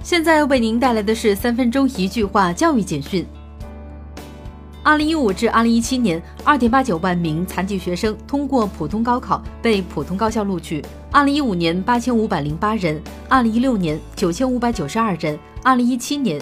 现在为您带来的是3分钟一句话教育简讯。2015至2017年，2.89万名残疾学生通过普通高考被普通高校录取。2015年8508人，2016年9592人，2017年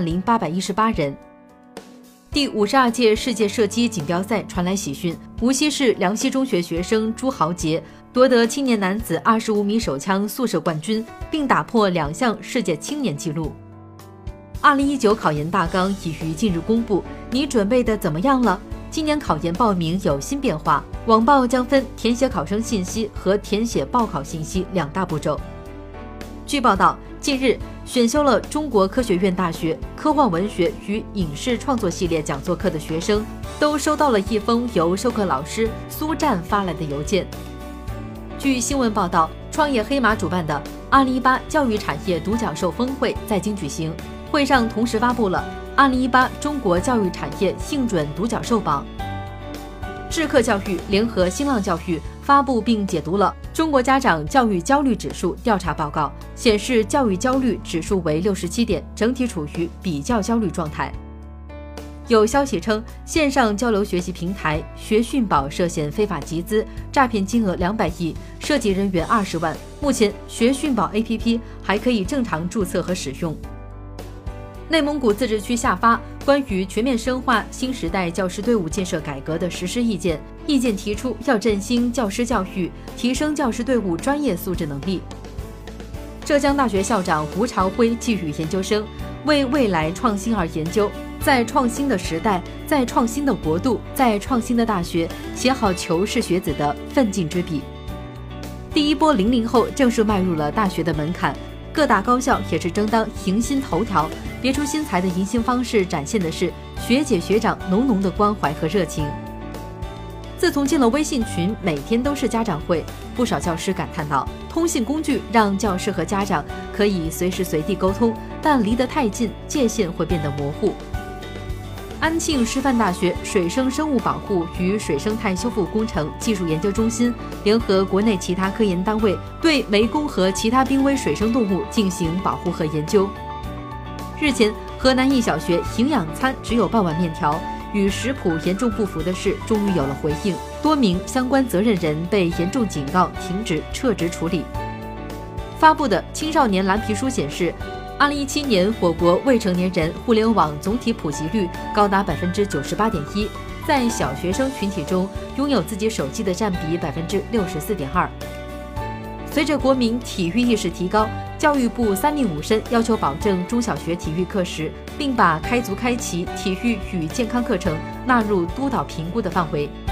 10818人。第52届世界射击锦标赛传来喜讯，无锡市梁溪中学学生朱豪杰夺得青年男子25米手枪速射冠军，并打破2项世界青年纪录。2019考研大纲已于近日公布，你准备的怎么样了？今年考研报名有新变化，网报将分填写考生信息和填写报考信息2大步骤。据报道，近日选修了中国科学院大学科幻文学与影视创作系列讲座课的学生，都收到了一封由授课老师苏战发来的邮件。据新闻报道，创业黑马主办的2018教育产业独角兽峰会在京举行，会上同时发布了2018中国教育产业幸准独角兽榜。智客教育联合新浪教育发布并解读了中国家长教育焦虑指数调查报告，显示教育焦虑指数为67点，整体处于比较焦虑状态。有消息称，线上交流学习平台学讯宝涉嫌非法集资，诈骗金额200亿，涉及人员20万。目前，学讯宝 APP 还可以正常注册和使用。内蒙古自治区下发关于全面深化新时代教师队伍建设改革的实施意见，意见提出要振兴教师教育，提升教师队伍专业素质能力。浙江大学校长吴朝辉寄语研究生，为未来创新而研究，在创新的时代，在创新的国度，在创新的大学，写好求是学子的奋进之笔。第一波00后正式迈入了大学的门槛，各大高校也是争当迎新头条，别出心裁的迎新方式展现的是学姐学长浓浓的关怀和热情。自从进了微信群，每天都是家长会，不少教师感叹道，通信工具让教师和家长可以随时随地沟通，但离得太近，界限会变得模糊。安庆师范大学水生生物保护与水生态修复工程技术研究中心联合国内其他科研单位，对湄公和其他濒危水生动物进行保护和研究。日前，河南一小学营养餐只有半碗面条，与食谱严重不符的事终于有了回应，多名相关责任人被严重警告，停止撤职处理。发布的青少年蓝皮书显示，2017年我国未成年人互联网总体普及率高达98.1%，在小学生群体中，拥有自己手机的占比64.2%。随着国民体育意识提高，教育部3令5申要求保证中小学体育课时，并把开足开齐体育与健康课程纳入督导评估的范围。